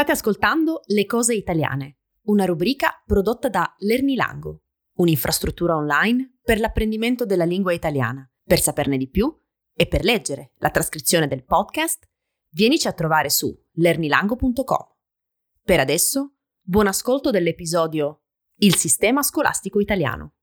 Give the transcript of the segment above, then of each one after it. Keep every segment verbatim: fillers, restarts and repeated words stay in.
State ascoltando Le cose italiane, una rubrica prodotta da Lernilango, un'infrastruttura online per l'apprendimento della lingua italiana. Per saperne di più e per leggere la trascrizione del podcast, vienici a trovare su lernilango punto com. Per adesso, buon ascolto dell'episodio Il sistema scolastico italiano.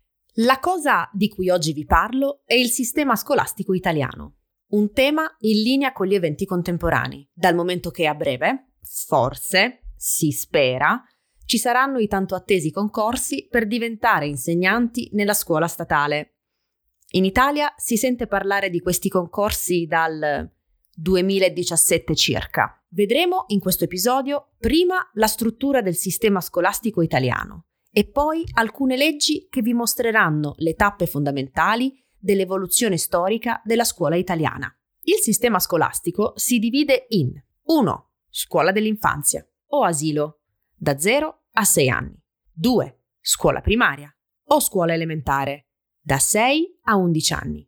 La cosa di cui oggi vi parlo è il sistema scolastico italiano, un tema in linea con gli eventi contemporanei, dal momento che a breve, forse, si spera, ci saranno i tanto attesi concorsi per diventare insegnanti nella scuola statale. In Italia si sente parlare di questi concorsi dal duemiladiciassette circa. Vedremo in questo episodio prima la struttura del sistema scolastico italiano e poi alcune leggi che vi mostreranno le tappe fondamentali dell'evoluzione storica della scuola italiana. Il sistema scolastico si divide in uno. Scuola dell'infanzia o asilo, da zero a sei anni. due. Scuola primaria o scuola elementare, da sei a undici anni.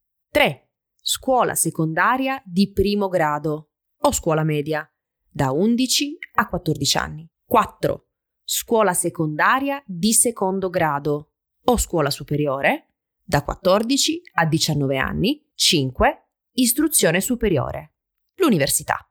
tre. Scuola secondaria di primo grado o scuola media, da undici a quattordici anni. quattro. Scuola secondaria di secondo grado o scuola superiore, da quattordici a diciannove anni. cinque. Istruzione superiore. L'università.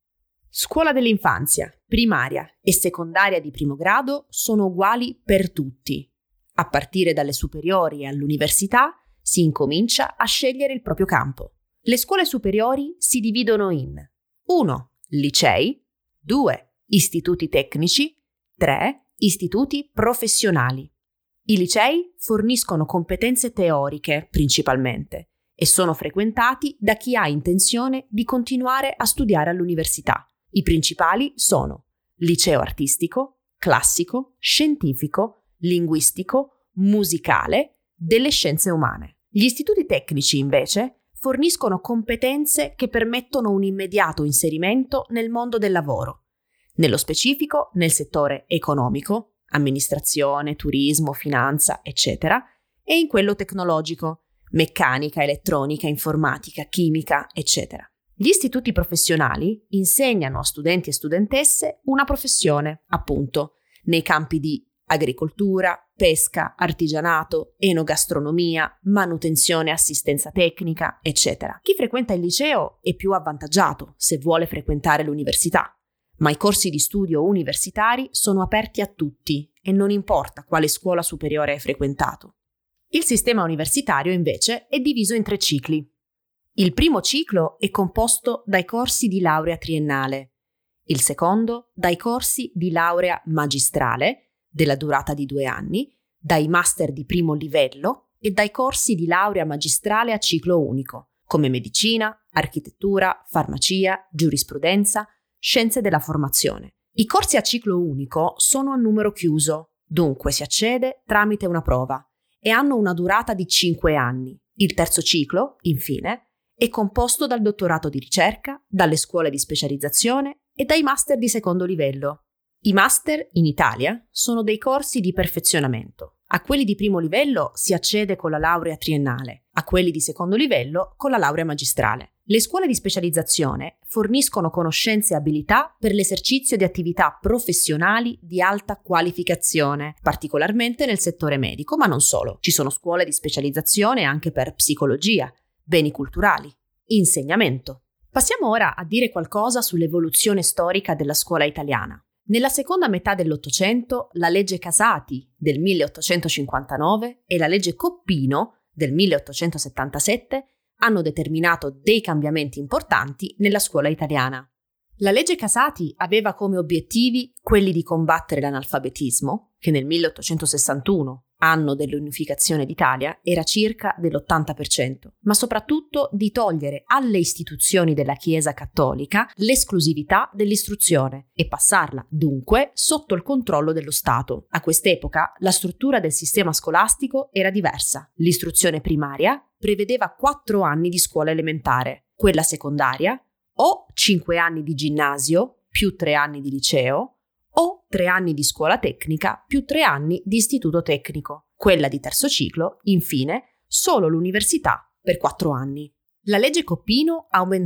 Scuola dell'infanzia, primaria e secondaria di primo grado sono uguali per tutti. A partire dalle superiori e all'università si incomincia a scegliere il proprio campo. Le scuole superiori si dividono in uno. Licei, due. Istituti tecnici, tre. Istituti professionali. I licei forniscono competenze teoriche principalmente e sono frequentati da chi ha intenzione di continuare a studiare all'università. I principali sono liceo artistico, classico, scientifico, linguistico, musicale, delle scienze umane. Gli istituti tecnici, invece, forniscono competenze che permettono un immediato inserimento nel mondo del lavoro, nello specifico nel settore economico, amministrazione, turismo, finanza, eccetera, e in quello tecnologico, meccanica, elettronica, informatica, chimica, eccetera. Gli istituti professionali insegnano a studenti e studentesse una professione, appunto, nei campi di agricoltura, pesca, artigianato, enogastronomia, manutenzione e assistenza tecnica, eccetera. Chi frequenta il liceo è più avvantaggiato se vuole frequentare l'università, ma i corsi di studio universitari sono aperti a tutti e non importa quale scuola superiore hai frequentato. Il sistema universitario, invece, è diviso in tre cicli. Il primo ciclo è composto dai corsi di laurea triennale, il secondo dai corsi di laurea magistrale, della durata di due anni, dai master di primo livello e dai corsi di laurea magistrale a ciclo unico, come medicina, architettura, farmacia, giurisprudenza, scienze della formazione. I corsi a ciclo unico sono a numero chiuso, dunque si accede tramite una prova e hanno una durata di cinque anni. Il terzo ciclo, infine, è composto dal dottorato di ricerca, dalle scuole di specializzazione e dai master di secondo livello. I master, in Italia, sono dei corsi di perfezionamento. A quelli di primo livello si accede con la laurea triennale, a quelli di secondo livello con la laurea magistrale. Le scuole di specializzazione forniscono conoscenze e abilità per l'esercizio di attività professionali di alta qualificazione, particolarmente nel settore medico, ma non solo. Ci sono scuole di specializzazione anche per psicologia, beni culturali, insegnamento. Passiamo ora a dire qualcosa sull'evoluzione storica della scuola italiana. Nella seconda metà dell'Ottocento, la legge Casati del milleottocentocinquantanove e la legge Coppino del milleottocentosettantasette hanno determinato dei cambiamenti importanti nella scuola italiana. La legge Casati aveva come obiettivi quelli di combattere l'analfabetismo, che nel milleottocentosessantuno, anno dell'unificazione d'Italia, era circa dell'ottanta per cento, ma soprattutto di togliere alle istituzioni della Chiesa cattolica l'esclusività dell'istruzione e passarla, dunque, sotto il controllo dello Stato. A quest'epoca la struttura del sistema scolastico era diversa. L'istruzione primaria prevedeva quattro anni di scuola elementare, quella secondaria o cinque anni di ginnasio più tre anni di liceo, o tre anni di scuola tecnica più tre anni di istituto tecnico. Quella di terzo ciclo, infine, solo l'università per quattro anni. La legge Coppino aumentò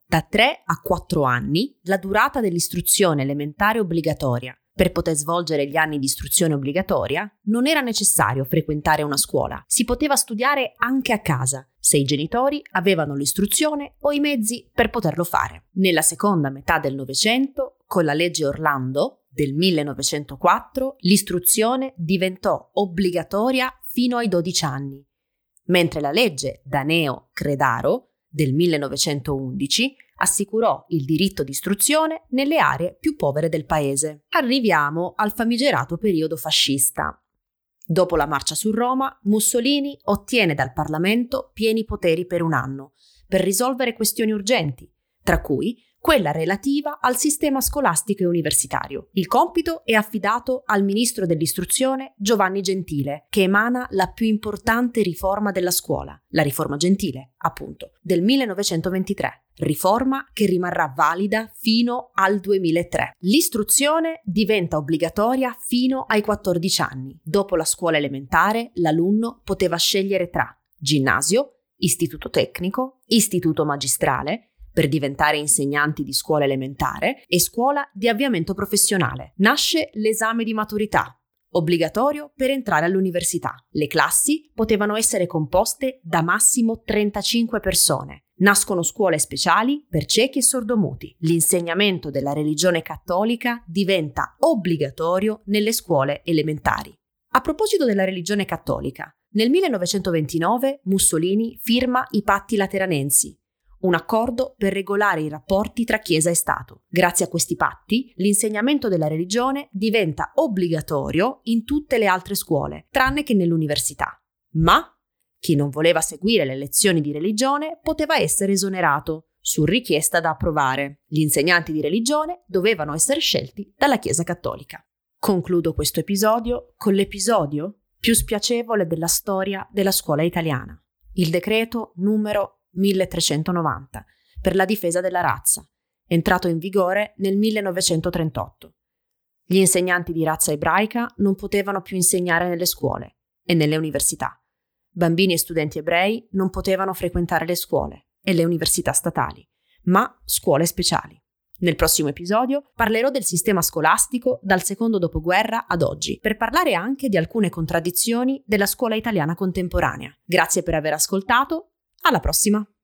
da tre a quattro anni la durata dell'istruzione elementare obbligatoria. Per poter svolgere gli anni di istruzione obbligatoria non era necessario frequentare una scuola, si poteva studiare anche a casa, se i genitori avevano l'istruzione o i mezzi per poterlo fare. Nella seconda metà del Novecento, con la legge Orlando del millenovecentoquattro, l'istruzione diventò obbligatoria fino ai dodici anni, mentre la legge Daneo-Credaro del millenovecentoundici assicurò il diritto di istruzione nelle aree più povere del paese. Arriviamo al famigerato periodo fascista. Dopo la marcia su Roma, Mussolini ottiene dal Parlamento pieni poteri per un anno per risolvere questioni urgenti, tra cui quella relativa al sistema scolastico e universitario. Il compito è affidato al ministro dell'istruzione Giovanni Gentile, che emana la più importante riforma della scuola, la riforma Gentile, appunto, del millenovecentoventitré. Riforma che rimarrà valida fino al duemilatré. L'istruzione diventa obbligatoria fino ai quattordici anni. Dopo la scuola elementare, l'alunno poteva scegliere tra ginnasio, istituto tecnico, istituto magistrale, per diventare insegnanti di scuola elementare, e scuola di avviamento professionale. Nasce l'esame di maturità, obbligatorio per entrare all'università. Le classi potevano essere composte da massimo trentacinque persone. Nascono scuole speciali per ciechi e sordomuti. L'insegnamento della religione cattolica diventa obbligatorio nelle scuole elementari. A proposito della religione cattolica, nel millenovecentoventinove Mussolini firma i Patti Lateranensi, un accordo per regolare i rapporti tra Chiesa e Stato. Grazie a questi patti, l'insegnamento della religione diventa obbligatorio in tutte le altre scuole, tranne che nell'università. Ma chi non voleva seguire le lezioni di religione poteva essere esonerato, su richiesta da approvare. Gli insegnanti di religione dovevano essere scelti dalla Chiesa cattolica. Concludo questo episodio con l'episodio più spiacevole della storia della scuola italiana. Il decreto numero milletrecentonovanta per la difesa della razza, entrato in vigore nel millenovecentotrentotto. Gli insegnanti di razza ebraica non potevano più insegnare nelle scuole e nelle università. Bambini e studenti ebrei non potevano frequentare le scuole e le università statali, ma scuole speciali. Nel prossimo episodio parlerò del sistema scolastico dal secondo dopoguerra ad oggi, per parlare anche di alcune contraddizioni della scuola italiana contemporanea. Grazie per aver ascoltato. Alla prossima!